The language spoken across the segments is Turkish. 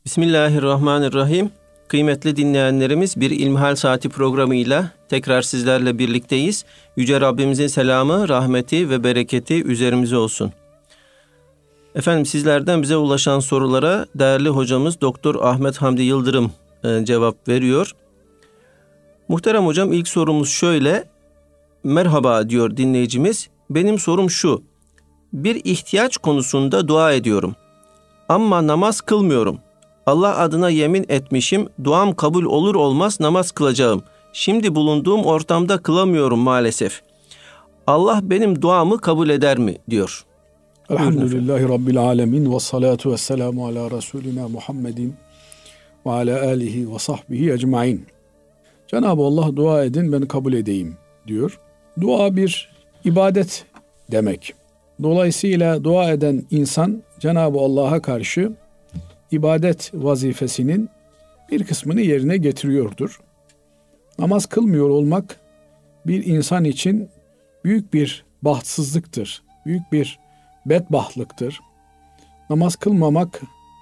Bismillahirrahmanirrahim. Kıymetli dinleyenlerimiz, bir İlmihal Saati programıyla tekrar sizlerle birlikteyiz. Yüce Rabbimizin selamı, rahmeti ve bereketi üzerimize olsun. Efendim, sizlerden bize ulaşan sorulara değerli hocamız Doktor Ahmet Hamdi Yıldırım cevap veriyor. Muhterem hocam, ilk sorumuz şöyle. Merhaba diyor dinleyicimiz. Benim sorum şu. Bir ihtiyaç konusunda dua ediyorum. Ama namaz kılmıyorum. Allah adına yemin etmişim, duam kabul olur olmaz namaz kılacağım. Şimdi bulunduğum ortamda kılamıyorum maalesef. Allah benim duamı kabul eder mi diyor. Elhamdülillahi Rabbil alemin ve salatu ve selamu ala Resulina Muhammedin ve ala alihi ve sahbihi ecmain. Cenab-ı Allah dua edin ben kabul edeyim diyor. Dua bir ibadet demek. Dolayısıyla dua eden insan Cenab-ı Allah'a karşı ibadet vazifesinin bir kısmını yerine getiriyordur. Namaz kılmıyor olmak bir insan için büyük bir bahtsızlıktır. Büyük bir bedbahtlıktır. Namaz kılmamak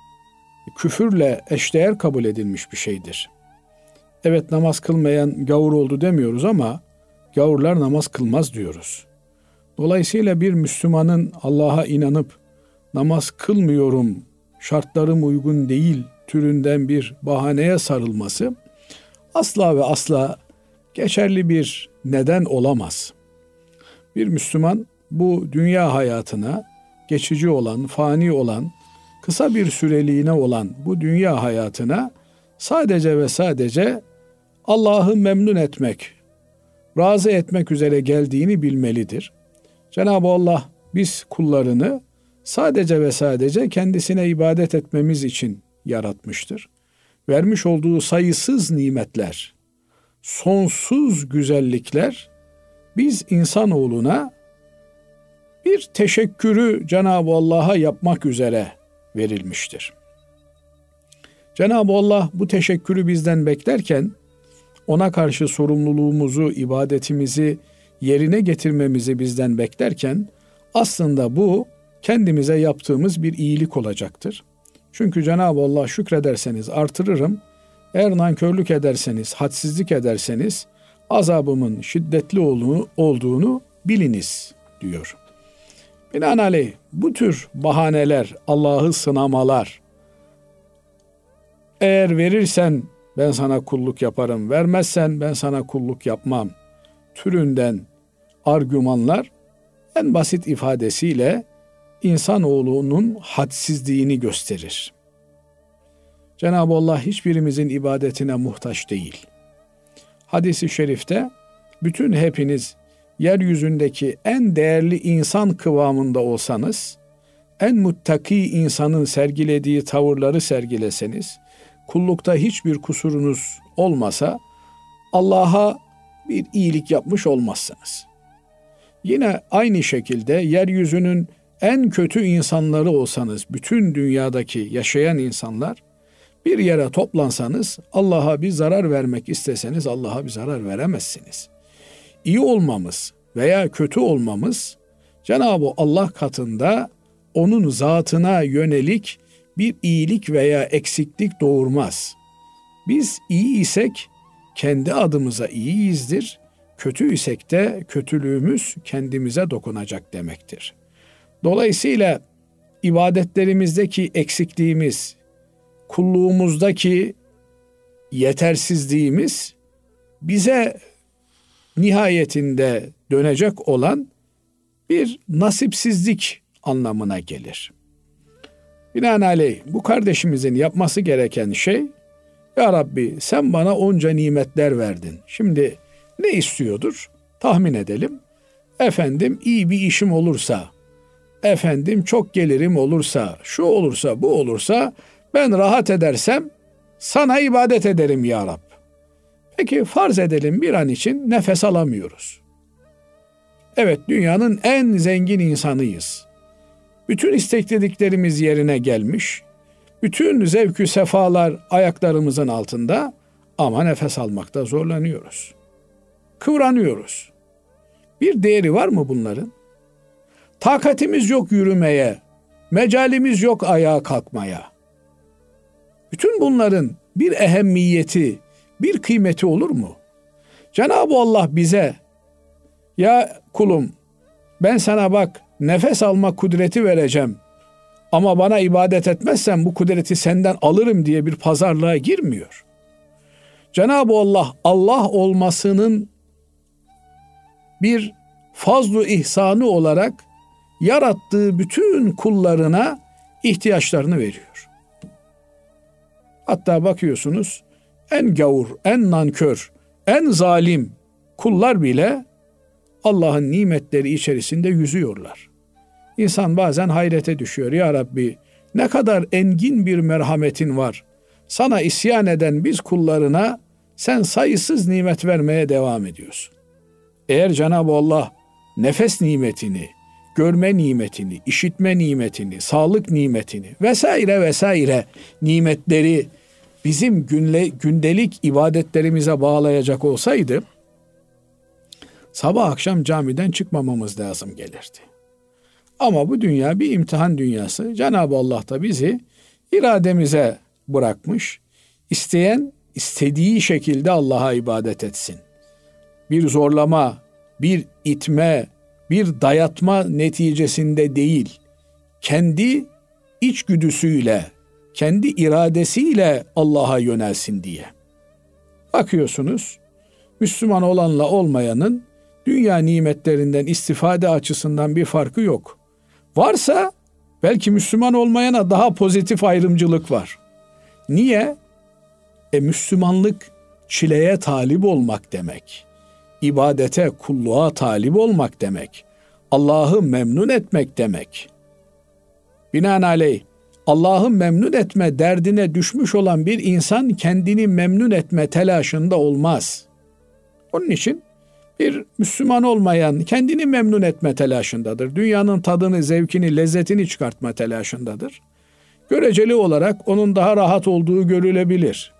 küfürle eşdeğer kabul edilmiş bir şeydir. Evet, namaz kılmayan gavur oldu demiyoruz ama gavurlar namaz kılmaz diyoruz. Dolayısıyla bir Müslümanın Allah'a inanıp namaz kılmıyorum, şartlarım uygun değil türünden bir bahaneye sarılması asla ve asla geçerli bir neden olamaz. Bir Müslüman bu dünya hayatına geçici olan, fani olan, kısa bir süreliğine olan bu dünya hayatına sadece ve sadece Allah'ı memnun etmek, razı etmek üzere geldiğini bilmelidir. Cenab-ı Allah biz kullarını sadece ve sadece kendisine ibadet etmemiz için yaratmıştır. Vermiş olduğu sayısız nimetler, sonsuz güzellikler biz insanoğluna bir teşekkürü Cenab-ı Allah'a yapmak üzere verilmiştir. Cenab-ı Allah bu teşekkürü bizden beklerken ona karşı sorumluluğumuzu, ibadetimizi yerine getirmemizi bizden beklerken aslında bu kendimize yaptığımız bir iyilik olacaktır. Çünkü Cenab-ı Allah şükrederseniz artırırım, eğer nankörlük ederseniz, hadsizlik ederseniz azabımın şiddetli olduğunu biliniz diyor. Binaenaleyh bu tür bahaneler, Allah'ı sınamalar, eğer verirsen ben sana kulluk yaparım, vermezsen ben sana kulluk yapmam türünden argümanlar en basit ifadesiyle insanoğlunun hadsizliğini gösterir. Cenab-ı Allah hiçbirimizin ibadetine muhtaç değil. Hadis-i şerifte bütün hepiniz yeryüzündeki en değerli insan kıvamında olsanız, en muttaki insanın sergilediği tavırları sergileseniz, kullukta hiçbir kusurunuz olmasa Allah'a bir iyilik yapmış olmazsınız. Yine aynı şekilde yeryüzünün en kötü insanları olsanız, bütün dünyadaki yaşayan insanlar bir yere toplansanız, Allah'a bir zarar vermek isteseniz Allah'a bir zarar veremezsiniz. İyi olmamız veya kötü olmamız Cenab-ı Allah katında onun zatına yönelik bir iyilik veya eksiklik doğurmaz. Biz iyi isek kendi adımıza iyiyizdir, kötü isek de kötülüğümüz kendimize dokunacak demektir. Dolayısıyla ibadetlerimizdeki eksikliğimiz, kulluğumuzdaki yetersizliğimiz bize nihayetinde dönecek olan bir nasipsizlik anlamına gelir. Binaenaleyh bu kardeşimizin yapması gereken şey, Ya Rabbi sen bana onca nimetler verdin. Şimdi ne istiyordur? Tahmin edelim. Efendim iyi bir işim olursa, efendim çok gelirim olursa, şu olursa, bu olursa, ben rahat edersem sana ibadet ederim ya Rab. Peki farz edelim bir an için nefes alamıyoruz. Evet, dünyanın en zengin insanıyız. Bütün isteklediklerimiz yerine gelmiş. Bütün zevkü sefalar ayaklarımızın altında ama nefes almakta zorlanıyoruz. Kıvranıyoruz. Bir değeri var mı bunların? Takatimiz yok yürümeye, mecalimiz yok ayağa kalkmaya. Bütün bunların bir ehemmiyeti, bir kıymeti olur mu? Cenab-ı Allah bize, ya kulum ben sana bak nefes alma kudreti vereceğim ama bana ibadet etmezsen bu kudreti senden alırım diye bir pazarlığa girmiyor. Cenab-ı Allah, Allah olmasının bir fazl-ı ihsanı olarak yarattığı bütün kullarına ihtiyaçlarını veriyor. Hatta bakıyorsunuz en gavur, en nankör, en zalim kullar bile Allah'ın nimetleri içerisinde yüzüyorlar. İnsan bazen hayrete düşüyor. Ya Rabbi ne kadar engin bir merhametin var. Sana isyan eden biz kullarına sen sayısız nimet vermeye devam ediyorsun. Eğer Cenab-ı Allah nefes nimetini, görme nimetini, işitme nimetini, sağlık nimetini vesaire vesaire nimetleri bizim gündelik ibadetlerimize bağlayacak olsaydı sabah akşam camiden çıkmamamız lazım gelirdi. Ama bu dünya bir imtihan dünyası. Cenab-ı Allah da bizi irademize bırakmış. İsteyen istediği şekilde Allah'a ibadet etsin. Bir zorlama, bir itme, bir dayatma neticesinde değil, kendi içgüdüsüyle, kendi iradesiyle Allah'a yönelsin diye. Bakıyorsunuz, Müslüman olanla olmayanın dünya nimetlerinden istifade açısından bir farkı yok. Varsa belki Müslüman olmayana daha pozitif ayrımcılık var. Niye? Müslümanlık çileye talip olmak demek. İbadete, kulluğa talip olmak demek. Allah'ı memnun etmek demek. Binaenaleyh Allah'ı memnun etme derdine düşmüş olan bir insan kendini memnun etme telaşında olmaz. Onun için bir Müslüman olmayan kendini memnun etme telaşındadır. Dünyanın tadını, zevkini, lezzetini çıkartma telaşındadır. Göreceli olarak onun daha rahat olduğu görülebilir.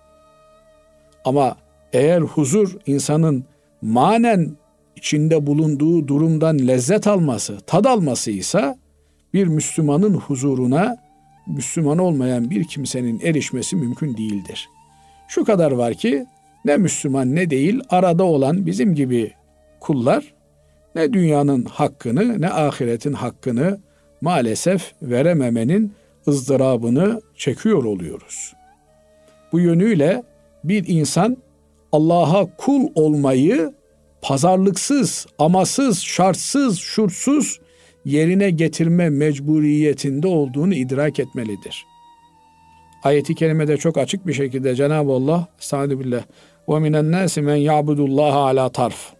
Ama eğer huzur insanın manen içinde bulunduğu durumdan lezzet alması, tad almasıysa bir Müslümanın huzuruna Müslüman olmayan bir kimsenin erişmesi mümkün değildir. Şu kadar var ki ne Müslüman ne değil arada olan bizim gibi kullar ne dünyanın hakkını ne ahiretin hakkını maalesef verememenin ızdırabını çekiyor oluyoruz. Bu yönüyle bir insan Allah'a kul olmayı pazarlıksız, amasız, şartsız, şurtsuz yerine getirme mecburiyetinde olduğunu idrak etmelidir. Ayet-i kerimede çok açık bir şekilde Cenab-ı Allah Estağfirullah ve minen nâsi men ya'budullâhe alâ tarf.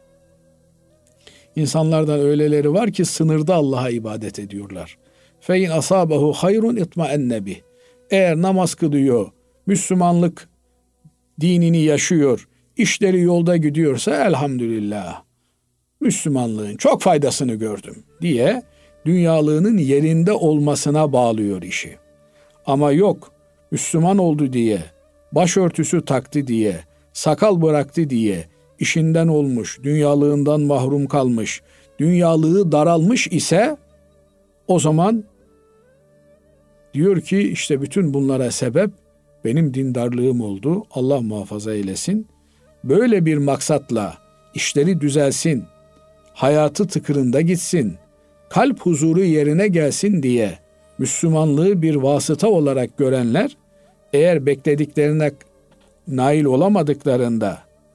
İnsanlardan öyleleri var ki sınırda Allah'a ibadet ediyorlar. Fe in asâbehu hayrun itmaenne bih. Eğer namaz kılıyor, Müslümanlık dinini yaşıyor, işleri yolda gidiyorsa elhamdülillah. Müslümanlığın çok faydasını gördüm diye dünyalığının yerinde olmasına bağlıyor işi. Ama yok, Müslüman oldu diye, başörtüsü taktı diye, sakal bıraktı diye, işinden olmuş, dünyalığından mahrum kalmış, dünyalığı daralmış ise o zaman diyor ki işte bütün bunlara sebep benim dindarlığım oldu. Allah muhafaza eylesin. Böyle bir maksatla işleri düzelsin, hayatı tıkırında gitsin, kalp huzuru yerine gelsin diye Müslümanlığı bir vasıta olarak görenler eğer beklediklerine nail olamadıklarında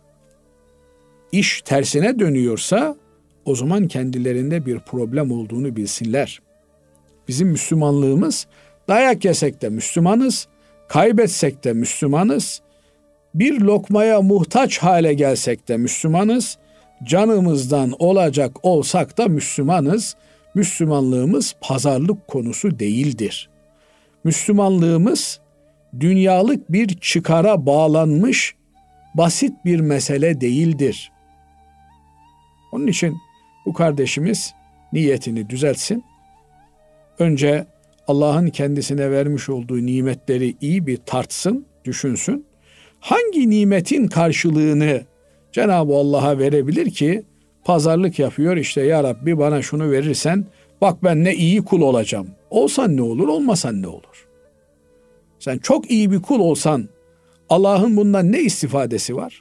iş tersine dönüyorsa o zaman kendilerinde bir problem olduğunu bilsinler. Bizim Müslümanlığımız dayak yesek de Müslümanız, kaybetsek de Müslümanız, bir lokmaya muhtaç hale gelsek de Müslümanız, canımızdan olacak olsak da Müslümanız. Müslümanlığımız pazarlık konusu değildir. Müslümanlığımız dünyalık bir çıkara bağlanmış basit bir mesele değildir. Onun için bu kardeşimiz niyetini düzeltsin. Önce Allah'ın kendisine vermiş olduğu nimetleri iyi bir tartsın, düşünsün. Hangi nimetin karşılığını Cenab-ı Allah'a verebilir ki pazarlık yapıyor işte ya Rabbi bana şunu verirsen bak ben ne iyi kul olacağım. Olsan ne olur, olmasan ne olur? Sen çok iyi bir kul olsan Allah'ın bundan ne istifadesi var?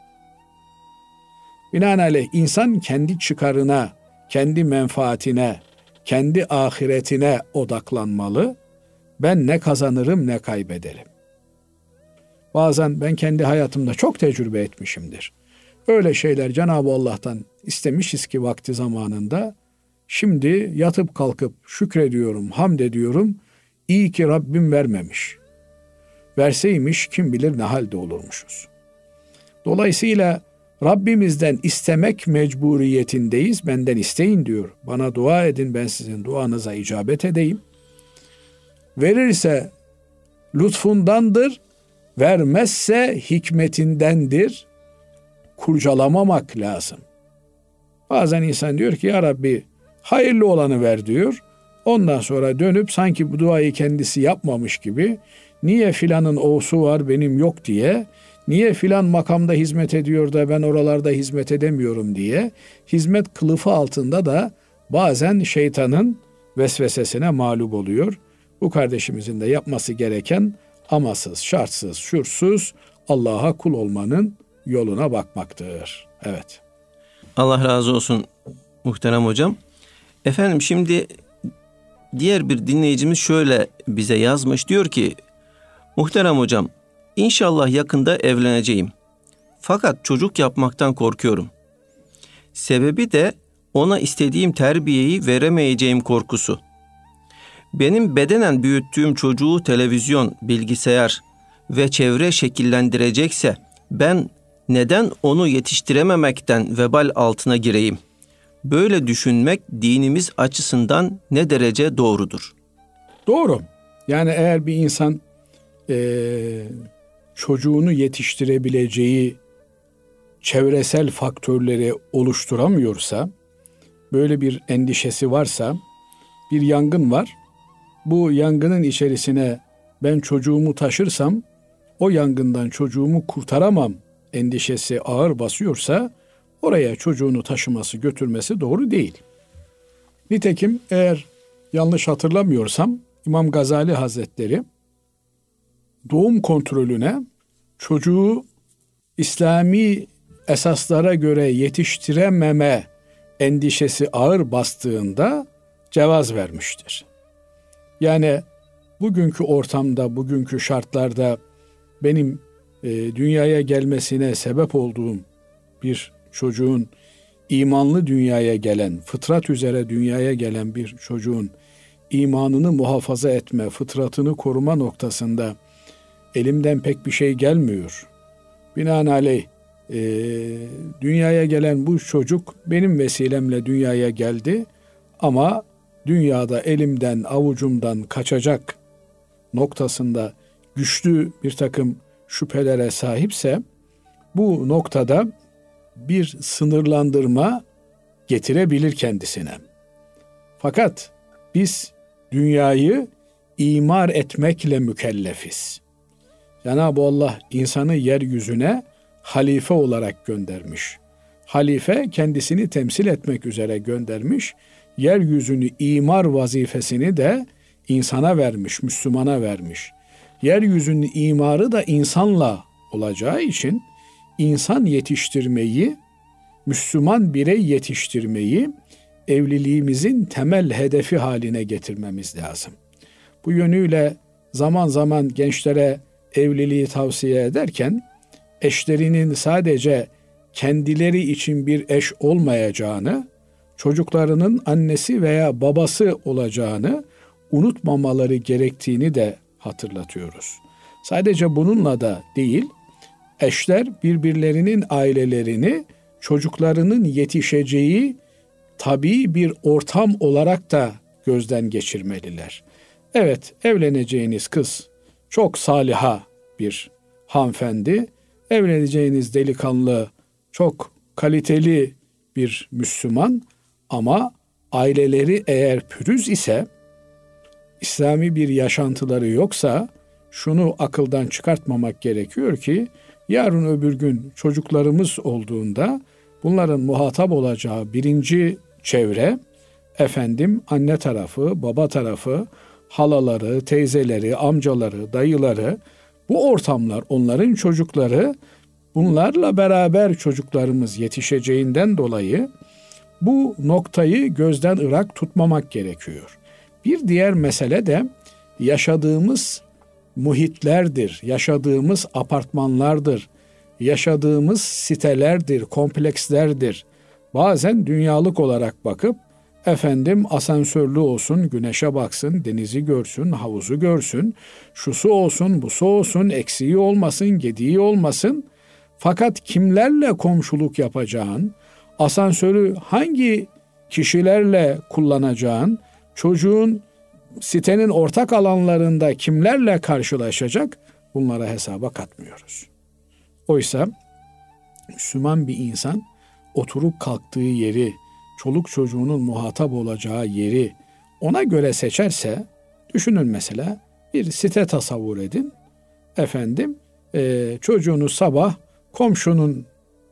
Binaenaleyh insan kendi çıkarına, kendi menfaatine, kendi ahiretine odaklanmalı. Ben ne kazanırım ne kaybederim. Bazen ben kendi hayatımda çok tecrübe etmişimdir. Öyle şeyler Cenab-ı Allah'tan istemişiz ki vakti zamanında. Şimdi yatıp kalkıp şükrediyorum, hamd ediyorum. İyi ki Rabbim vermemiş. Verseymiş kim bilir ne halde olurmuşuz. Dolayısıyla Rabbimizden istemek mecburiyetindeyiz. Benden isteyin diyor. Bana dua edin, ben sizin duanıza icabet edeyim. Verirse lütfundandır, vermezse hikmetindendir. Kurcalamamak lazım. Bazen insan diyor ki ya Rabbi hayırlı olanı ver diyor. Ondan sonra dönüp sanki bu duayı kendisi yapmamış gibi niye filanın oğusu var benim yok diye, niye filan makamda hizmet ediyor da ben oralarda hizmet edemiyorum diye hizmet kılıfı altında da bazen şeytanın vesvesesine mağlup oluyor. Bu kardeşimizin de yapması gereken amasız, şartsız, şuursuz Allah'a kul olmanın yoluna bakmaktır. Evet. Allah razı olsun muhterem hocam. Efendim şimdi diğer bir dinleyicimiz şöyle bize yazmış. Diyor ki muhterem hocam inşallah yakında evleneceğim. Fakat çocuk yapmaktan korkuyorum. Sebebi de ona istediğim terbiyeyi veremeyeceğim korkusu. Benim bedenen büyüttüğüm çocuğu televizyon, bilgisayar ve çevre şekillendirecekse ben neden onu yetiştirememekten vebal altına gireyim? Böyle düşünmek dinimiz açısından ne derece doğrudur? Doğru. Yani eğer bir insan çocuğunu yetiştirebileceği çevresel faktörleri oluşturamıyorsa, böyle bir endişesi varsa, bir yangın var. Bu yangının içerisine ben çocuğumu taşırsam o yangından çocuğumu kurtaramam endişesi ağır basıyorsa oraya çocuğunu taşıması, götürmesi doğru değil. Nitekim eğer yanlış hatırlamıyorsam İmam Gazali Hazretleri doğum kontrolüne çocuğu İslami esaslara göre yetiştirememe endişesi ağır bastığında cevaz vermiştir. Yani bugünkü ortamda, bugünkü şartlarda benim dünyaya gelmesine sebep olduğum bir çocuğun imanlı dünyaya gelen, fıtrat üzere dünyaya gelen bir çocuğun imanını muhafaza etme, fıtratını koruma noktasında elimden pek bir şey gelmiyor. Binaenaleyh dünyaya gelen bu çocuk benim vesilemle dünyaya geldi ama dünyada elimden, avucumdan kaçacak noktasında güçlü bir takım şüphelere sahipse bu noktada bir sınırlandırma getirebilir kendisine. Fakat biz dünyayı imar etmekle mükellefiz. Cenab-ı Allah insanı yeryüzüne halife olarak göndermiş. Halife kendisini temsil etmek üzere göndermiş. Yeryüzünü imar vazifesini de insana vermiş, Müslümana vermiş. Yeryüzünün imarı da insanla olacağı için insan yetiştirmeyi, Müslüman birey yetiştirmeyi evliliğimizin temel hedefi haline getirmemiz lazım. Bu yönüyle zaman zaman gençlere evliliği tavsiye ederken eşlerinin sadece kendileri için bir eş olmayacağını, çocuklarının annesi veya babası olacağını unutmamaları gerektiğini de hatırlatıyoruz. Sadece bununla da değil, eşler birbirlerinin ailelerini çocuklarının yetişeceği tabii bir ortam olarak da gözden geçirmeliler. Evet, evleneceğiniz kız çok saliha bir hanımefendi, evleneceğiniz delikanlı çok kaliteli bir Müslüman ama aileleri eğer pürüz ise, İslami bir yaşantıları yoksa şunu akıldan çıkartmamak gerekiyor ki yarın öbür gün çocuklarımız olduğunda bunların muhatap olacağı birinci çevre anne tarafı, baba tarafı, halaları, teyzeleri, amcaları, dayıları, bu ortamlar, onların çocukları, bunlarla beraber çocuklarımız yetişeceğinden dolayı bu noktayı gözden ırak tutmamak gerekiyor. Bir diğer mesele de yaşadığımız muhitlerdir, yaşadığımız apartmanlardır, yaşadığımız sitelerdir, komplekslerdir. Bazen dünyalık olarak bakıp asansörlü olsun, güneşe baksın, denizi görsün, havuzu görsün, şusu olsun, busu olsun, eksiği olmasın, gediği olmasın. Fakat kimlerle komşuluk yapacağın, asansörü hangi kişilerle kullanacağın, çocuğun sitenin ortak alanlarında kimlerle karşılaşacak, bunlara hesaba katmıyoruz. Oysa Müslüman bir insan oturup kalktığı yeri, çoluk çocuğunun muhatap olacağı yeri ona göre seçerse, düşünün mesela bir site tasavvur edin. Çocuğunuz sabah komşunun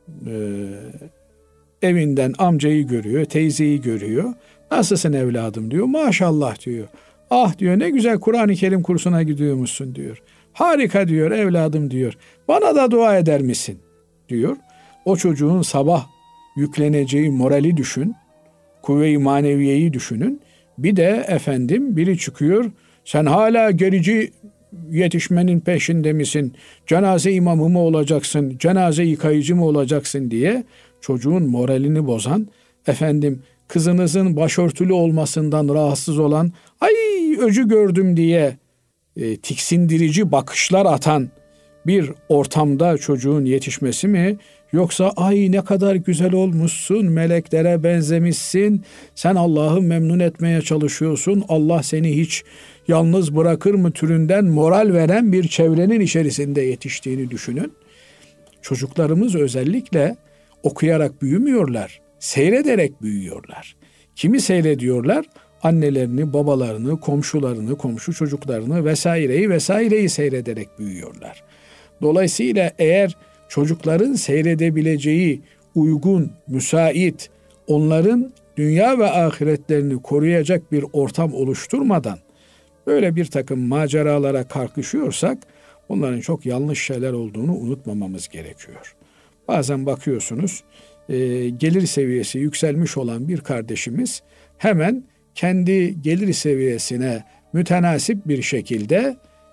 evinden amcayı görüyor, teyzeyi görüyor. Nasılsın evladım diyor. Maşallah diyor. Ah diyor, ne güzel Kur'an-ı Kerim kursuna gidiyormuşsun diyor. Harika diyor evladım diyor. Bana da dua eder misin diyor. O çocuğun sabah yükleneceği morali düşün. Kuvve-i maneviyeyi düşünün. Bir de biri çıkıyor. Sen hala gerici yetişmenin peşinde misin? Cenaze imamı mı olacaksın? Cenaze yıkayıcı mı olacaksın diye çocuğun moralini bozan, kızınızın başörtülü olmasından rahatsız olan, ay öcü gördüm diye tiksindirici bakışlar atan bir ortamda çocuğun yetişmesi mi? Yoksa ay ne kadar güzel olmuşsun, meleklere benzemişsin, sen Allah'ı memnun etmeye çalışıyorsun, Allah seni hiç yalnız bırakır mı türünden moral veren bir çevrenin içerisinde yetiştiğini düşünün. Çocuklarımız özellikle okuyarak büyümüyorlar, seyrederek büyüyorlar. Kimi seyrediyorlar? Annelerini, babalarını, komşularını, komşu çocuklarını vesaireyi seyrederek büyüyorlar. Dolayısıyla eğer çocukların seyredebileceği uygun, müsait, onların dünya ve ahiretlerini koruyacak bir ortam oluşturmadan böyle bir takım maceralara kalkışıyorsak bunların çok yanlış şeyler olduğunu unutmamamız gerekiyor. Bazen bakıyorsunuz gelir seviyesi yükselmiş olan bir kardeşimiz hemen kendi gelir seviyesine mütenasip bir şekilde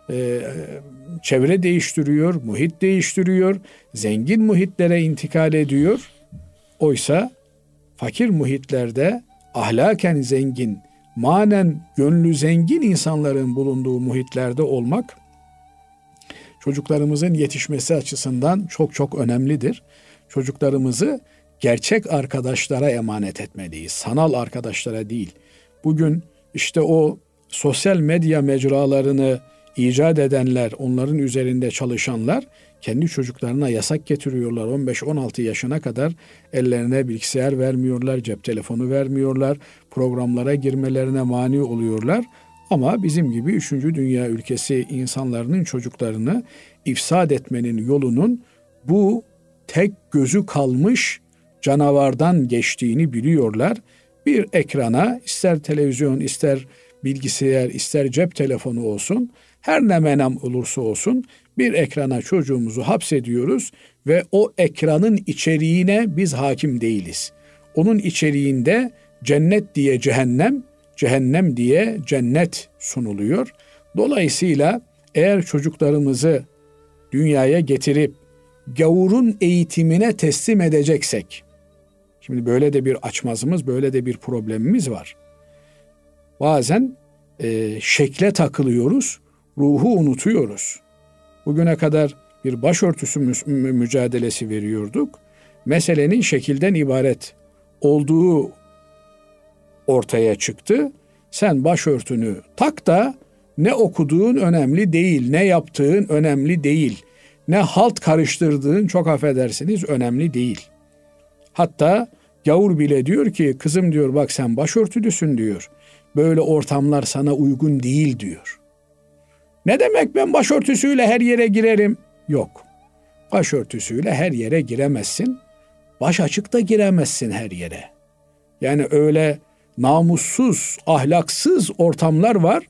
çevre değiştiriyor, muhit değiştiriyor, zengin muhitlere intikal ediyor. Oysa fakir muhitlerde ahlaken zengin, manen gönlü zengin insanların bulunduğu muhitlerde olmak çocuklarımızın yetişmesi açısından çok çok önemlidir. Çocuklarımızı gerçek arkadaşlara emanet etmeliyiz, sanal arkadaşlara değil. Bugün işte o sosyal medya mecralarını icat edenler, onların üzerinde çalışanlar kendi çocuklarına yasak getiriyorlar. 15-16 yaşına kadar ellerine bilgisayar vermiyorlar, cep telefonu vermiyorlar, programlara girmelerine mani oluyorlar. Ama bizim gibi 3. dünya ülkesi insanların çocuklarını ifsad etmenin yolunun bu tek gözü kalmış canavardan geçtiğini biliyorlar. Bir ekrana, ister televizyon, ister bilgisayar, ister cep telefonu olsun, her ne menam olursa olsun bir ekrana çocuğumuzu hapsediyoruz ve o ekranın içeriğine biz hakim değiliz. Onun içeriğinde cennet diye cehennem, cehennem diye cennet sunuluyor. Dolayısıyla eğer çocuklarımızı dünyaya getirip gavurun eğitimine teslim edeceksek, şimdi böyle de bir açmazımız, böyle de bir problemimiz var. Bazen şekle takılıyoruz, ruhu unutuyoruz. Bugüne kadar bir başörtüsü mücadelesi veriyorduk. Meselenin şekilden ibaret olduğu ortaya çıktı. Sen başörtünü tak da ne okuduğun önemli değil, ne yaptığın önemli değil, ne halt karıştırdığın çok affedersiniz önemli değil. Hatta gavur bile diyor ki kızım diyor bak sen başörtülüsün diyor. Böyle ortamlar sana uygun değil diyor. Ne demek ben başörtüsüyle her yere girerim? Yok. Başörtüsüyle her yere giremezsin. Baş açık da giremezsin her yere. Yani öyle namussuz, ahlaksız ortamlar var.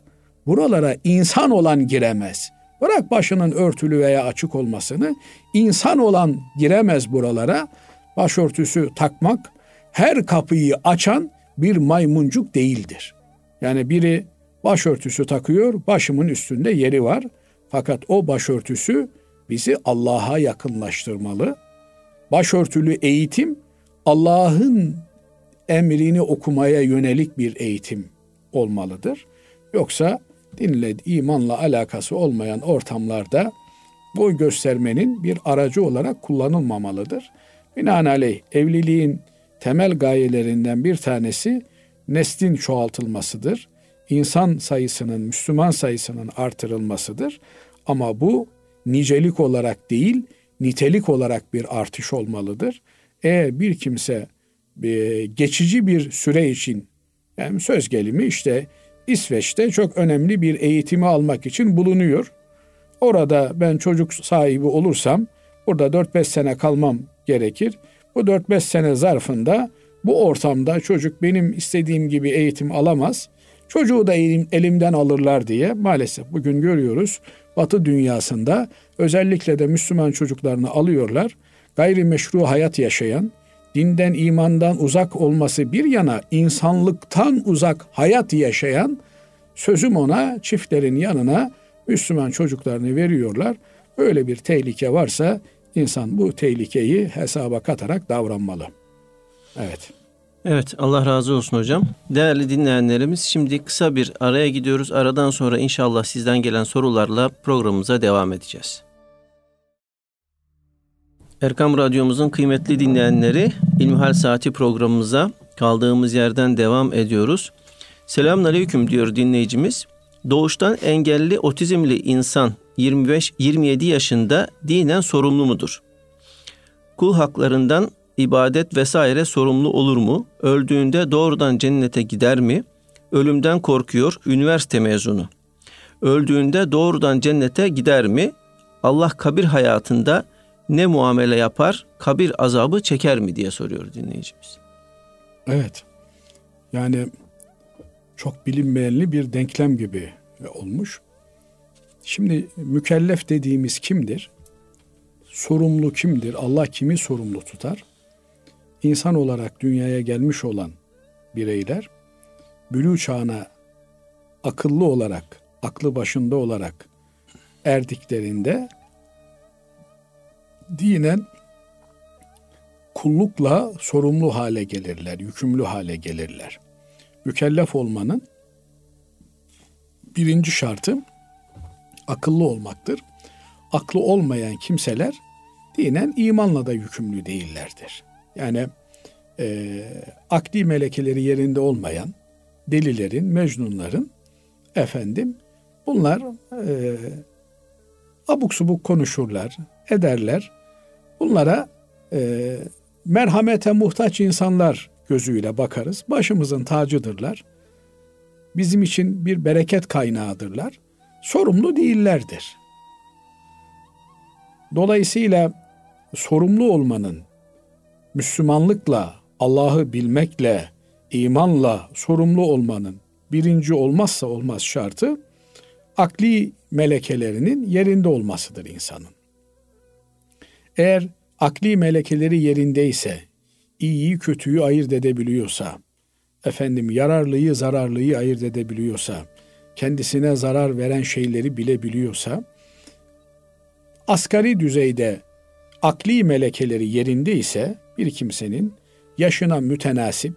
buralara insan olan giremez. Bırak başının örtülü veya açık olmasını, insan olan giremez buralara. Başörtüsü takmak her kapıyı açan bir maymuncuk değildir. Yani biri başörtüsü takıyor, başımın üstünde yeri var. Fakat o başörtüsü bizi Allah'a yakınlaştırmalı. Başörtülü eğitim Allah'ın emrini okumaya yönelik bir eğitim olmalıdır. Yoksa dinle, imanla alakası olmayan ortamlarda boy göstermenin bir aracı olarak kullanılmamalıdır. Binaenaleyh evliliğin temel gayelerinden bir tanesi neslin çoğaltılmasıdır. İnsan sayısının, Müslüman sayısının artırılmasıdır. Ama bu nicelik olarak değil, nitelik olarak bir artış olmalıdır. Eğer bir kimse geçici bir süre için, yani söz gelimi işte İsveç'te çok önemli bir eğitimi almak için bulunuyor. Orada ben çocuk sahibi olursam burada 4-5 sene kalmam gerekir. Bu 4-5 sene zarfında bu ortamda çocuk benim istediğim gibi eğitim alamaz. Çocuğu da elimden alırlar diye maalesef bugün görüyoruz. Batı dünyasında özellikle de Müslüman çocuklarını alıyorlar. Gayrimeşru hayat yaşayan, dinden imandan uzak olması bir yana insanlıktan uzak hayat yaşayan, sözüm ona çiftlerin yanına Müslüman çocuklarını veriyorlar. Böyle bir tehlike varsa insan bu tehlikeyi hesaba katarak davranmalı. Evet. Evet, Allah razı olsun hocam. Değerli dinleyenlerimiz, şimdi kısa bir araya gidiyoruz. Aradan sonra inşallah sizden gelen sorularla programımıza devam edeceğiz. Erkam Radyomuzun kıymetli dinleyenleri, İlmihal Saati programımıza kaldığımız yerden devam ediyoruz. Selamünaleyküm diyor dinleyicimiz. Doğuştan engelli otizmli insan 25-27 yaşında dinen sorumlu mudur? Kul haklarından ibadet vesaire sorumlu olur mu? Öldüğünde doğrudan cennete gider mi? Ölümden korkuyor, üniversite mezunu. Öldüğünde doğrudan cennete gider mi? Allah kabir hayatında ne muamele yapar, kabir azabı çeker mi diye soruyor dinleyicimiz. Evet. Yani çok bilinmeyenli bir denklem gibi olmuş. Şimdi mükellef dediğimiz kimdir? Sorumlu kimdir? Allah kimi sorumlu tutar? İnsan olarak dünyaya gelmiş olan bireyler bülûğ çağına akıllı olarak, aklı başında olarak erdiklerinde dinen kullukla sorumlu hale gelirler, yükümlü hale gelirler. Mükellef olmanın birinci şartı akıllı olmaktır. Aklı olmayan kimseler dinen imanla da yükümlü değillerdir. Yani akli melekeleri yerinde olmayan delilerin, mecnunların bunlar abuk subuk konuşurlar, ederler. Bunlara merhamete muhtaç insanlar gözüyle bakarız. Başımızın tacıdırlar. Bizim için bir bereket kaynağıdırlar. Sorumlu değillerdir. Dolayısıyla sorumlu olmanın Müslümanlıkla, Allah'ı bilmekle, imanla sorumlu olmanın birinci olmazsa olmaz şartı akli melekelerinin yerinde olmasıdır insanın. Eğer akli melekeleri yerindeyse, iyiyi kötüyü ayırt edebiliyorsa, yararlıyı zararlıyı ayırt edebiliyorsa, kendisine zarar veren şeyleri bilebiliyorsa, asgari düzeyde akli melekeleri yerindeyse bir kimsenin yaşına mütenasip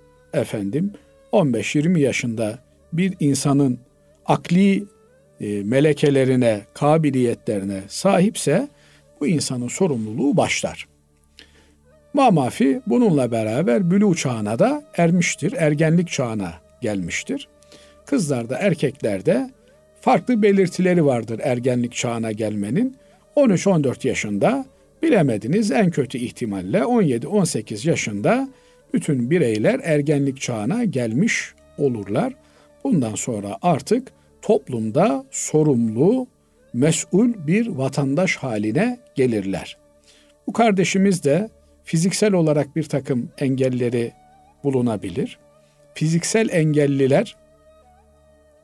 15-20 yaşında bir insanın akli melekelerine, kabiliyetlerine sahipse bu insanın sorumluluğu başlar. Mamafi bununla beraber bülûğ çağına da ermiştir, ergenlik çağına gelmiştir. Kızlarda, erkeklerde farklı belirtileri vardır ergenlik çağına gelmenin. 13-14 yaşında bilemediniz en kötü ihtimalle 17-18 yaşında bütün bireyler ergenlik çağına gelmiş olurlar. Bundan sonra artık toplumda sorumlu, mesul bir vatandaş haline gelirler. Bu kardeşimiz de fiziksel olarak bir takım engelleri bulunabilir. Fiziksel engelliler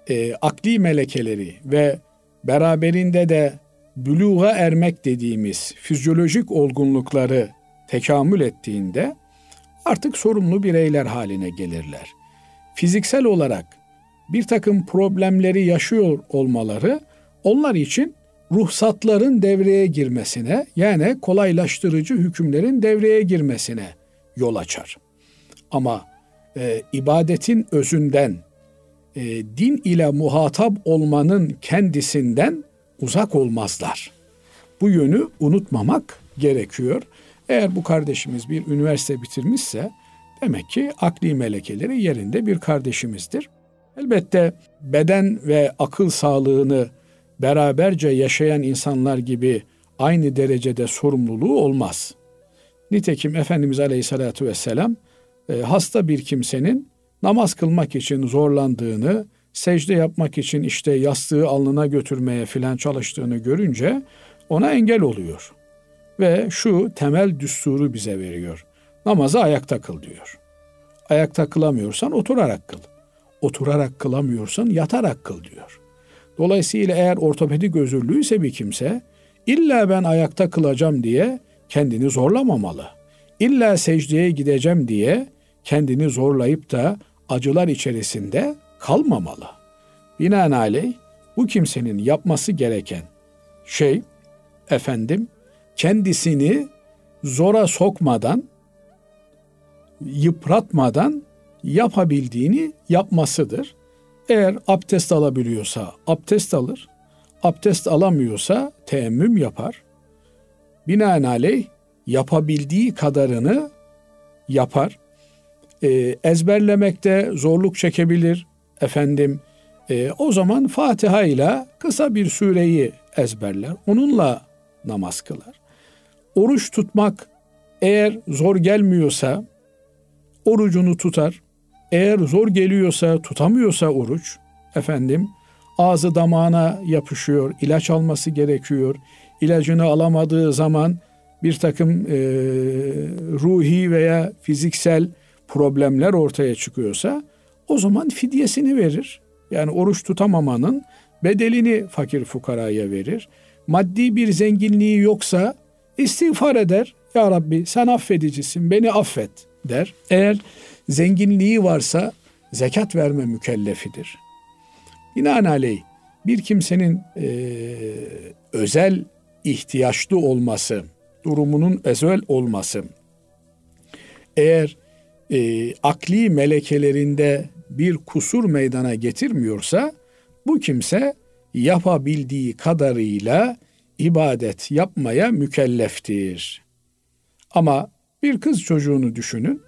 akli melekeleri ve beraberinde de büluğa ermek dediğimiz fizyolojik olgunlukları tekamül ettiğinde artık sorumlu bireyler haline gelirler. Fiziksel olarak bir takım problemleri yaşıyor olmaları onlar için ruhsatların devreye girmesine, yani kolaylaştırıcı hükümlerin devreye girmesine yol açar. Ama ibadetin özünden, din ile muhatap olmanın kendisinden uzak olmazlar. Bu yönü unutmamak gerekiyor. Eğer bu kardeşimiz bir üniversite bitirmişse demek ki akli melekeleri yerinde bir kardeşimizdir. Elbette beden ve akıl sağlığını beraberce yaşayan insanlar gibi aynı derecede sorumluluğu olmaz. Nitekim Efendimiz Aleyhisselatü Vesselam hasta bir kimsenin namaz kılmak için zorlandığını, secde yapmak için işte yastığı alnına götürmeye filan çalıştığını görünce ona engel oluyor. Ve şu temel düsturu bize veriyor. Namazı ayakta kıl diyor. Ayakta kılamıyorsan oturarak kıl. Oturarak kılamıyorsan yatarak kıl diyor. Dolayısıyla eğer ortopedik özürlüyse bir kimse illa ben ayakta kılacağım diye kendini zorlamamalı. İlla secdeye gideceğim diye kendini zorlayıp da acılar içerisinde kalmamalı. Binaenaleyh bu kimsenin yapması gereken şey kendisini zora sokmadan, yıpratmadan yapabildiğini yapmasıdır. Eğer abdest alabiliyorsa abdest alır, abdest alamıyorsa teyemmüm yapar. Binaenaleyh yapabildiği kadarını yapar. Ezberlemekte zorluk çekebilir o zaman Fatiha ile kısa bir sureyi ezberler. Onunla namaz kılar. Oruç tutmak eğer zor gelmiyorsa orucunu tutar. Eğer zor geliyorsa, tutamıyorsa oruç, ağzı damağına yapışıyor, ilaç alması gerekiyor. İlacını alamadığı zaman bir takım ruhi veya fiziksel problemler ortaya çıkıyorsa o zaman fidyesini verir. Yani oruç tutamamanın bedelini fakir fukaraya verir. Maddi bir zenginliği yoksa istiğfar eder. Ya Rabbi sen affedicisin, beni affet der. Eğer zenginliği varsa zekat verme mükellefidir. Binaenaleyh bir kimsenin özel ihtiyaçlı olması, durumunun özel olması, eğer akli melekelerinde bir kusur meydana getirmiyorsa, bu kimse yapabildiği kadarıyla ibadet yapmaya mükelleftir. Ama bir kız çocuğunu düşünün,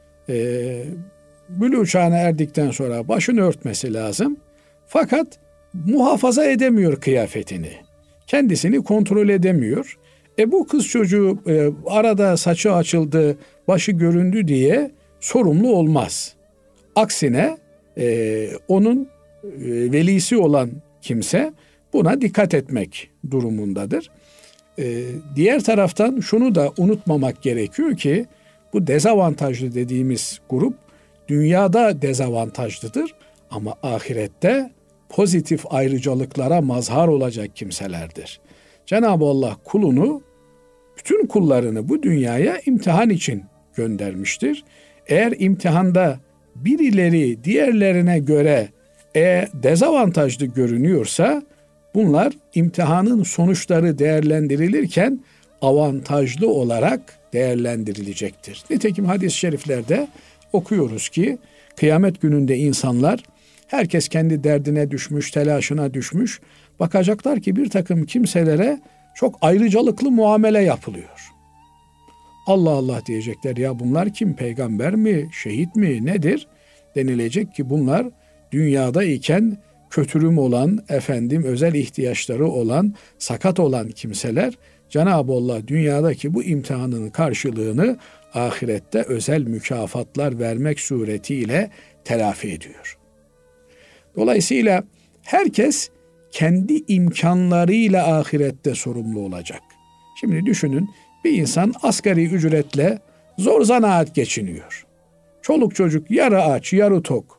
bülûğ çağına erdikten sonra başını örtmesi lazım. Fakat muhafaza edemiyor kıyafetini. Kendisini kontrol edemiyor. Bu kız çocuğu arada saçı açıldı, başı göründü diye sorumlu olmaz. Aksine onun velisi olan kimse buna dikkat etmek durumundadır. Diğer taraftan şunu da unutmamak gerekiyor ki bu dezavantajlı dediğimiz grup dünyada dezavantajlıdır ama ahirette pozitif ayrıcalıklara mazhar olacak kimselerdir. Cenab-ı Allah bütün kullarını bu dünyaya imtihan için göndermiştir. Eğer imtihanda birileri diğerlerine göre dezavantajlı görünüyorsa bunlar imtihanın sonuçları değerlendirilirken avantajlı olarak değerlendirilecektir. Nitekim hadis-i şeriflerde okuyoruz ki kıyamet gününde insanlar herkes kendi derdine düşmüş, telaşına düşmüş. Bakacaklar ki bir takım kimselere çok ayrıcalıklı muamele yapılıyor. Allah Allah diyecekler, ya bunlar kim, peygamber mi, şehit mi, nedir? Denilecek ki bunlar dünyada iken kötürüm olan, özel ihtiyaçları olan, sakat olan kimseler. Cenab-ı Allah dünyadaki bu imtihanın karşılığını ahirette özel mükafatlar vermek suretiyle telafi ediyor. Dolayısıyla herkes kendi imkanlarıyla ahirette sorumlu olacak. Şimdi düşünün, bir insan asgari ücretle zor zanaat geçiniyor. Çoluk çocuk yarı aç, yarı tok.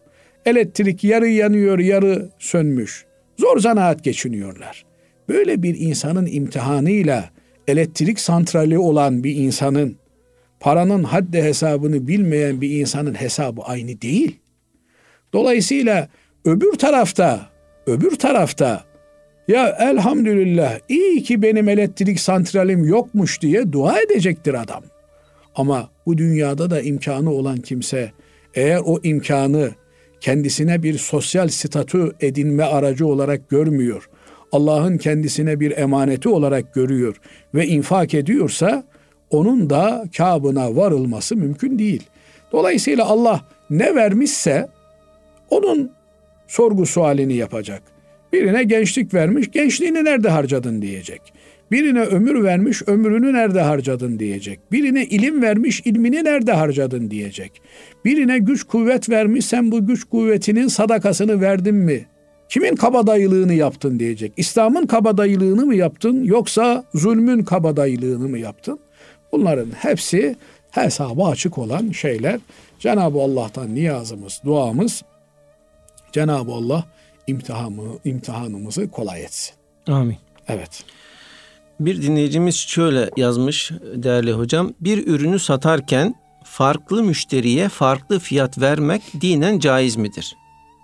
Elektrik yarı yanıyor, yarı sönmüş. Zor zanaat geçiniyorlar. Böyle bir insanın imtihanıyla elektrik santrali olan bir insanın, paranın haddi hesabını bilmeyen bir insanın hesabı aynı değil. Dolayısıyla öbür tarafta ya elhamdülillah iyi ki benim elektrik santralim yokmuş diye dua edecektir adam. Ama bu dünyada da imkanı olan kimse eğer o imkanı kendisine bir sosyal statü edinme aracı olarak görmüyor, Allah'ın kendisine bir emaneti olarak görüyor ve infak ediyorsa onun da kâbına varılması mümkün değil. Dolayısıyla Allah ne vermişse onun sorgu sualini yapacak. Birine gençlik vermiş, gençliğini nerede harcadın diyecek. Birine ömür vermiş, ömrünü nerede harcadın diyecek. Birine ilim vermiş, ilmini nerede harcadın diyecek. Birine güç kuvvet vermiş, sen bu güç kuvvetinin sadakasını verdin mi? Kimin kabadayılığını yaptın diyecek. İslam'ın kabadayılığını mı yaptın yoksa zulmün kabadayılığını mı yaptın? Bunların hepsi hesabı açık olan şeyler. Cenab-ı Allah'tan niyazımız, duamız, Cenab-ı Allah imtihanımızı kolay etsin. Amin. Evet. Bir dinleyicimiz şöyle yazmış değerli hocam. Bir ürünü satarken farklı müşteriye farklı fiyat vermek dinen caiz midir?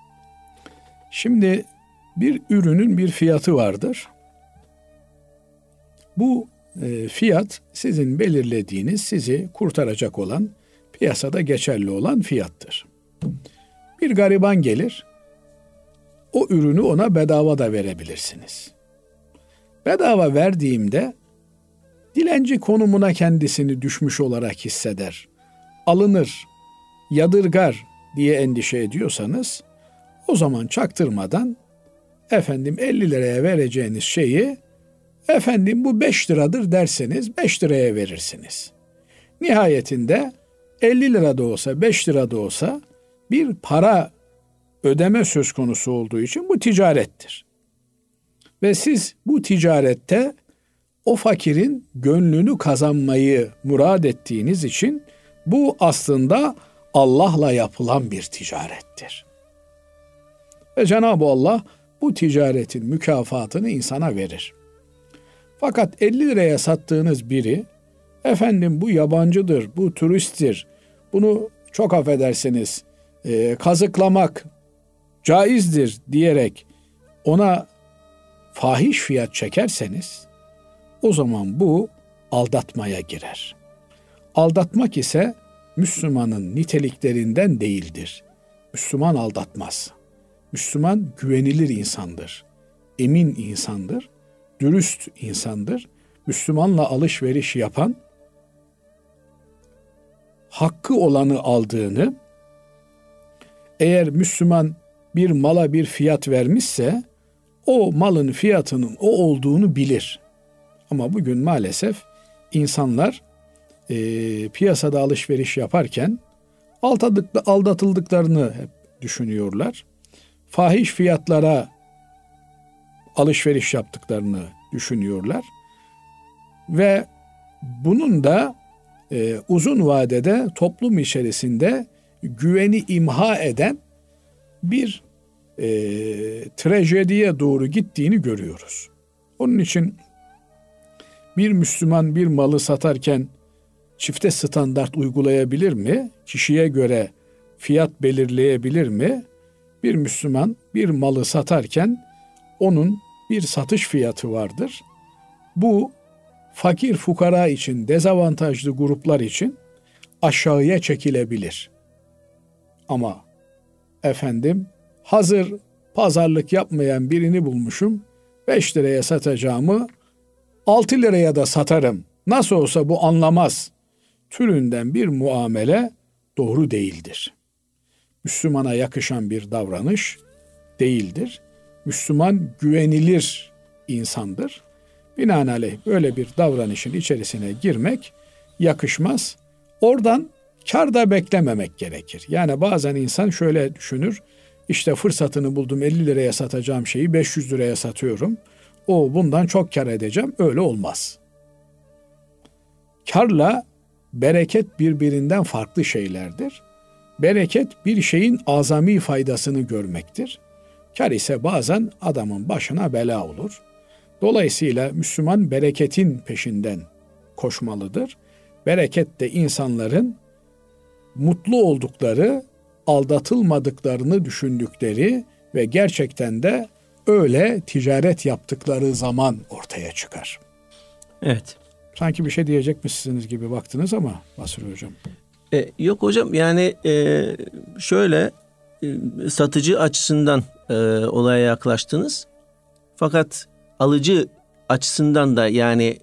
Şimdi bir ürünün bir fiyatı vardır. Bu fiyat sizin belirlediğiniz, sizi kurtaracak olan, piyasada geçerli olan fiyattır. Bir gariban gelir, o ürünü ona bedava da verebilirsiniz. Bedava verdiğimde dilenci konumuna kendisini düşmüş olarak hisseder, alınır, yadırgar diye endişe ediyorsanız o zaman çaktırmadan 50 liraya vereceğiniz şeyi bu 5 liradır derseniz 5 liraya verirsiniz. Nihayetinde 50 lira da olsa 5 lira da olsa bir para ödeme söz konusu olduğu için bu ticarettir. Ve siz bu ticarette o fakirin gönlünü kazanmayı murad ettiğiniz için bu aslında Allah'la yapılan bir ticarettir. Ve Cenab-ı Allah bu ticaretin mükafatını insana verir. Fakat 50 liraya sattığınız biri, bu yabancıdır, bu turisttir, bunu çok affedersiniz kazıklamak caizdir diyerek ona fahiş fiyat çekerseniz o zaman bu aldatmaya girer. Aldatmak ise Müslümanın niteliklerinden değildir. Müslüman aldatmaz. Müslüman güvenilir insandır. Emin insandır. Dürüst insandır. Müslümanla alışveriş yapan, hakkı olanı aldığını, eğer Müslüman bir mala bir fiyat vermişse o malın fiyatının o olduğunu bilir. Ama bugün maalesef insanlar piyasada alışveriş yaparken aldatıldıklarını hep düşünüyorlar. Fahiş fiyatlara alışveriş yaptıklarını düşünüyorlar. Ve bunun da uzun vadede toplum içerisinde güveni imha eden bir trajediye doğru gittiğini görüyoruz. Onun için bir Müslüman bir malı satarken çifte standart uygulayabilir mi? Kişiye göre fiyat belirleyebilir mi? Bir Müslüman bir malı satarken onun bir satış fiyatı vardır. Bu fakir fukara için, dezavantajlı gruplar için aşağıya çekilebilir. Ama hazır pazarlık yapmayan birini bulmuşum, 5 liraya satacağımı 6 liraya da satarım, nasıl olsa bu anlamaz türünden bir muamele doğru değildir. Müslümana yakışan bir davranış değildir. Müslüman güvenilir insandır. Binaenaleyh böyle bir davranışın içerisine girmek yakışmaz. Oradan kar da beklememek gerekir. Yani bazen insan şöyle düşünür. İşte fırsatını buldum, 50 liraya satacağım şeyi 500 liraya satıyorum. Bundan çok kar edeceğim. Öyle olmaz. Karla bereket birbirinden farklı şeylerdir. Bereket bir şeyin azami faydasını görmektir. Kar ise bazen adamın başına bela olur. Dolayısıyla Müslüman bereketin peşinden koşmalıdır. Bereket de insanların mutlu oldukları, aldatılmadıklarını düşündükleri ve gerçekten de öyle ticaret yaptıkları zaman ortaya çıkar. Evet. Sanki bir şey diyecekmişsiniz gibi baktınız ama Basri Hocam. Yok hocam, yani şöyle satıcı açısından olaya yaklaştınız. Fakat alıcı açısından da yani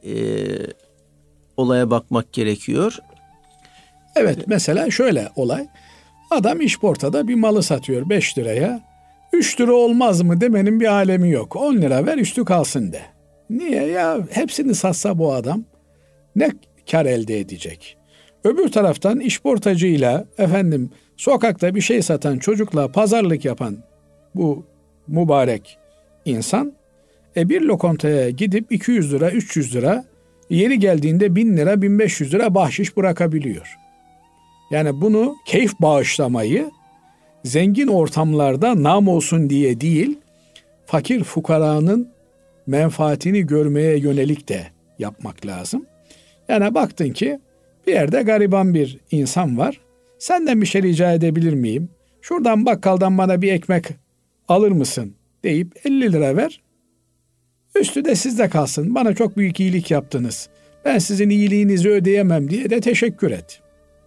olaya bakmak gerekiyor. Evet, mesela şöyle olay. Adam işportada bir malı satıyor 5 liraya. 3 lira olmaz mı demenin bir alemi yok. 10 lira ver üstü kalsın de. Niye ya? Hepsini satsa bu adam ne kar elde edecek? Öbür taraftan işportacıyla sokakta bir şey satan çocukla pazarlık yapan bu mübarek insan bir lokantaya gidip 200 lira 300 lira yeri geldiğinde 1000 lira 1500 lira bahşiş bırakabiliyor. Yani bunu keyif bağışlamayı zengin ortamlarda nam olsun diye değil, fakir fukaranın menfaatini görmeye yönelik de yapmak lazım. Yani baktın ki bir yerde gariban bir insan var. Senden bir şey rica edebilir miyim? Şuradan bakkaldan bana bir ekmek alır mısın deyip 50 lira ver. Üstü de sizde kalsın. Bana çok büyük iyilik yaptınız. Ben sizin iyiliğinizi ödeyemem diye de teşekkür et.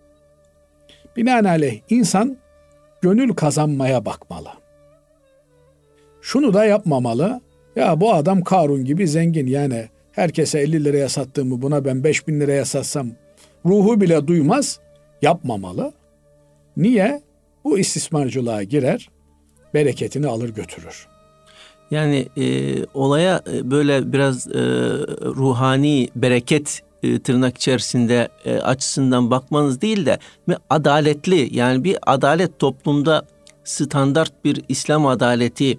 Binaenaleyh insan gönül kazanmaya bakmalı. Şunu da yapmamalı. Ya bu adam Karun gibi zengin, yani herkese 50 liraya sattığımı buna ben 5000 liraya satsam ruhu bile duymaz. Yapmamalı. Niye? Bu istismarcılığa girer, bereketini alır götürür. Yani olaya böyle biraz ruhani bereket tırnak içerisinde açısından bakmanız değil de adaletli, yani bir adalet toplumda standart bir İslam adaleti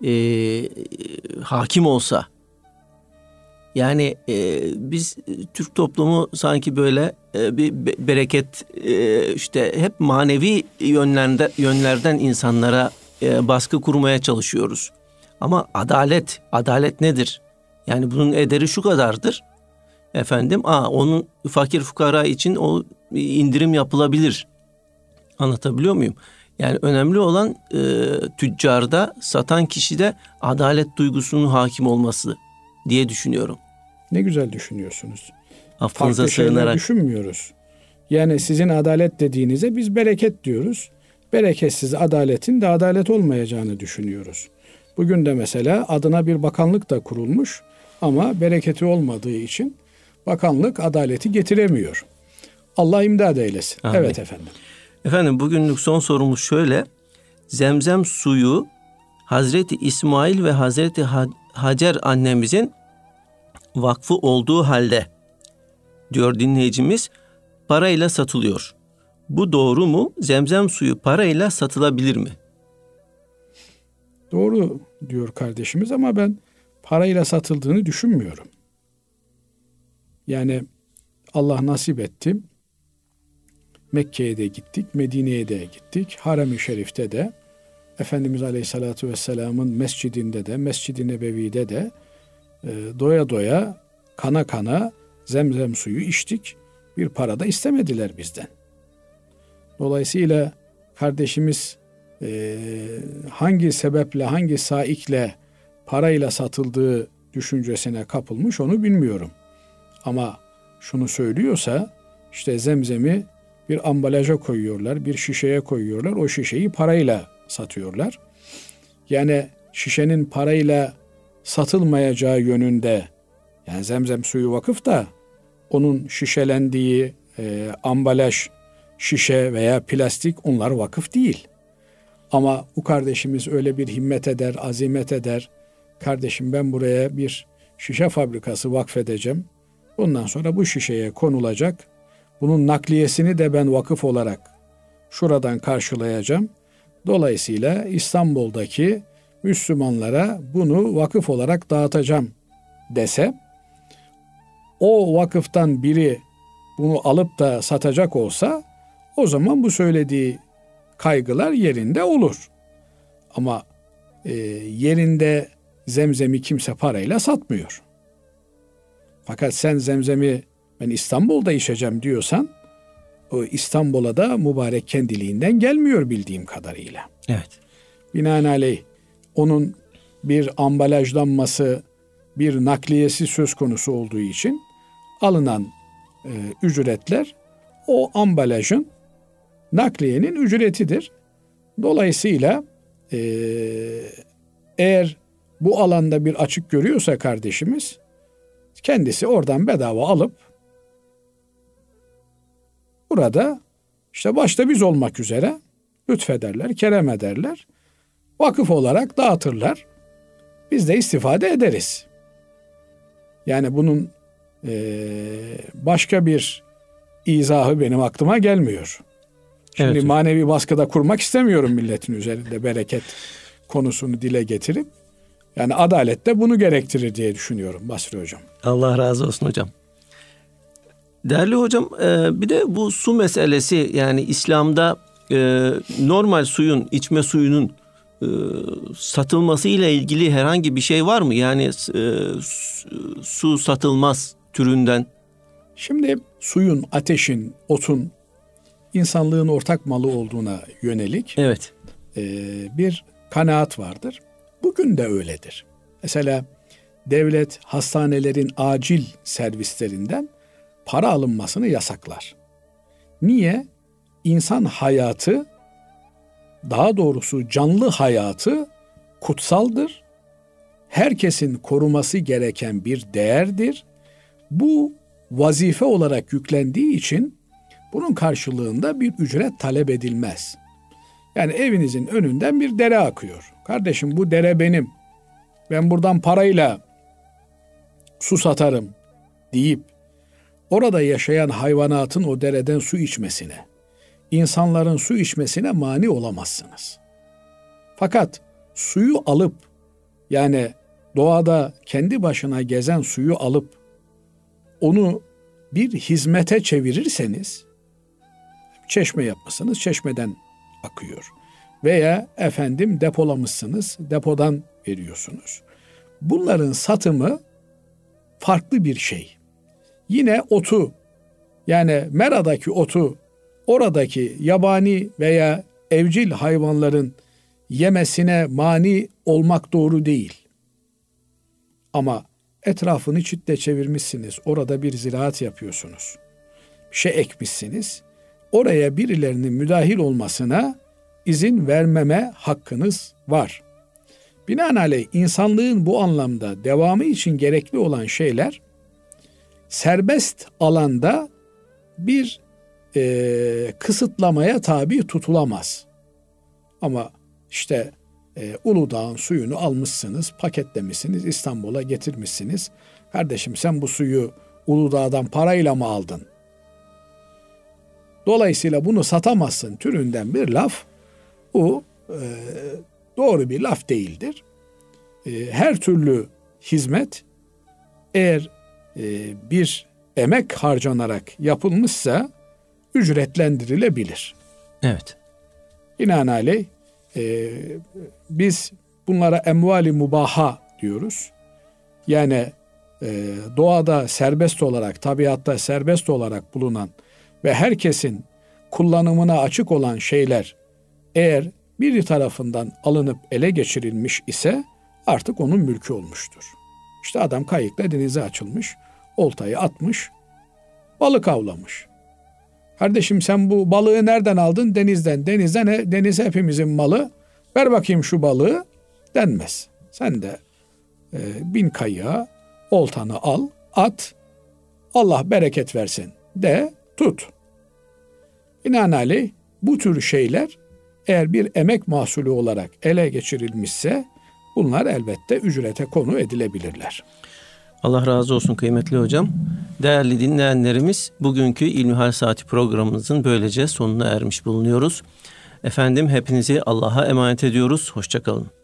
hakim olsa, yani biz Türk toplumu sanki böyle bir bereket işte hep manevi yönlerden insanlara baskı kurmaya çalışıyoruz. Ama adalet nedir? Yani bunun ederi şu kadardır. Onun fakir fukara için o indirim yapılabilir. Anlatabiliyor muyum? Yani önemli olan tüccarda, satan kişide adalet duygusunun hakim olması diye düşünüyorum. Ne güzel düşünüyorsunuz. Affınıza farklı şeyler sığınarak düşünmüyoruz. Yani sizin adalet dediğinize biz bereket diyoruz. Bereketsiz adaletin de adalet olmayacağını düşünüyoruz. Bugün de mesela adına bir bakanlık da kurulmuş ama bereketi olmadığı için bakanlık adaleti getiremiyor. Allah imdad eylesin. Amin. Evet efendim. Efendim, bugünlük son sorumuz şöyle. Zemzem suyu Hazreti İsmail ve Hazreti Hacer annemizin vakfı olduğu halde, diyor dinleyicimiz, parayla satılıyor. Bu doğru mu? Zemzem suyu parayla satılabilir mi? Doğru diyor kardeşimiz ama ben parayla satıldığını düşünmüyorum. Yani Allah nasip etti. Mekke'ye de gittik, Medine'ye de gittik. Harem-i Şerif'te de Efendimiz Aleyhisselatü Vesselam'ın mescidinde de, Mescid-i Nebevi'de de doya doya, kana kana zemzem suyu içtik. Bir para da istemediler bizden. Dolayısıyla kardeşimiz hangi sebeple, hangi saikle parayla satıldığı düşüncesine kapılmış onu bilmiyorum. Ama şunu söylüyorsa işte zemzemi bir ambalaja koyuyorlar, bir şişeye koyuyorlar. O şişeyi parayla satıyorlar. Yani şişenin parayla satılmayacağı yönünde, yani zemzem suyu vakıf da onun şişelendiği ambalaj, şişe veya plastik, onlar vakıf değil. Ama bu kardeşimiz öyle bir himmet eder, azimet eder. Kardeşim ben buraya bir şişe fabrikası vakfedeceğim. Bundan sonra bu şişeye konulacak. Bunun nakliyesini de ben vakıf olarak şuradan karşılayacağım. Dolayısıyla İstanbul'daki Müslümanlara bunu vakıf olarak dağıtacağım dese, o vakıftan biri bunu alıp da satacak olsa, o zaman bu söylediği kaygılar yerinde olur. Ama yerinde zemzemi kimse parayla satmıyor. Fakat sen zemzemi ben İstanbul'da içeceğim diyorsan o İstanbul'a da mübarek kendiliğinden gelmiyor bildiğim kadarıyla. Evet. Binaenaleyh onun bir ambalajlanması, bir nakliyesi söz konusu olduğu için alınan ücretler o ambalajın, nakliyenin ücretidir. Dolayısıyla eğer bu alanda bir açık görüyorsa kardeşimiz, kendisi oradan bedava alıp burada işte başta biz olmak üzere lütfederler, kerem ederler. Vakıf olarak dağıtırlar. Biz de istifade ederiz. Yani bunun başka bir izahı benim aklıma gelmiyor. Şimdi evet, manevi baskıda kurmak istemiyorum milletin üzerinde bereket konusunu dile getirip. Yani adalet de bunu gerektirir diye düşünüyorum Basri Hocam. Allah razı olsun hocam. Değerli hocam, bir de bu su meselesi, yani İslam'da normal suyun, içme suyunun satılması ile ilgili herhangi bir şey var mı? Yani su satılmaz türünden. Şimdi suyun, ateşin, otun insanlığın ortak malı olduğuna yönelik Evet. Bir kanaat vardır. Bugün de öyledir. Mesela devlet hastanelerin acil servislerinden para alınmasını yasaklar. Niye? İnsan hayatı, daha doğrusu canlı hayatı kutsaldır. Herkesin koruması gereken bir değerdir. Bu vazife olarak yüklendiği için bunun karşılığında bir ücret talep edilmez. Yani evinizin önünden bir dere akıyor. Kardeşim bu dere benim. Ben buradan parayla su satarım deyip orada yaşayan hayvanatın o dereden su içmesine, insanların su içmesine mani olamazsınız. Fakat suyu alıp, yani doğada kendi başına gezen suyu alıp onu bir hizmete çevirirseniz, çeşme yapmışsınız, çeşmeden akıyor. Veya efendim depolamışsınız, depodan veriyorsunuz. Bunların satımı farklı bir şey. Yine otu, yani meradaki otu oradaki yabani veya evcil hayvanların yemesine mani olmak doğru değil. Ama etrafını çitle çevirmişsiniz, orada bir ziraat yapıyorsunuz. Bir şey ekmişsiniz. Oraya birilerinin müdahil olmasına izin vermeme hakkınız var. Binaenaleyh insanlığın bu anlamda devamı için gerekli olan şeyler serbest alanda bir kısıtlamaya tabi tutulamaz. Ama işte Uludağ'ın suyunu almışsınız, paketlemişsiniz, İstanbul'a getirmişsiniz. Kardeşim sen bu suyu Uludağ'dan parayla mı aldın? Dolayısıyla bunu satamazsın türünden bir laf, o doğru bir laf değildir. Her türlü hizmet eğer bir emek harcanarak yapılmışsa ücretlendirilebilir. Evet. Binaenaleyh biz bunlara emvali mubaha diyoruz. Yani doğada serbest olarak, tabiatta serbest olarak bulunan ve herkesin kullanımına açık olan şeyler eğer biri tarafından alınıp ele geçirilmiş ise artık onun mülkü olmuştur. İşte adam kayıkla denize açılmış, oltayı atmış, balık avlamış. Kardeşim sen bu balığı nereden aldın? Denizden. Deniz hepimizin malı. Ver bakayım şu balığı denmez. Sen de bin kayığa oltanı al, at, Allah bereket versin de tut. Binaenaleyh bu tür şeyler eğer bir emek mahsulü olarak ele geçirilmişse bunlar elbette ücrete konu edilebilirler. Allah razı olsun kıymetli hocam. Değerli dinleyenlerimiz, bugünkü İlmihal Saati programımızın böylece sonuna ermiş bulunuyoruz. Efendim hepinizi Allah'a emanet ediyoruz. Hoşça kalın.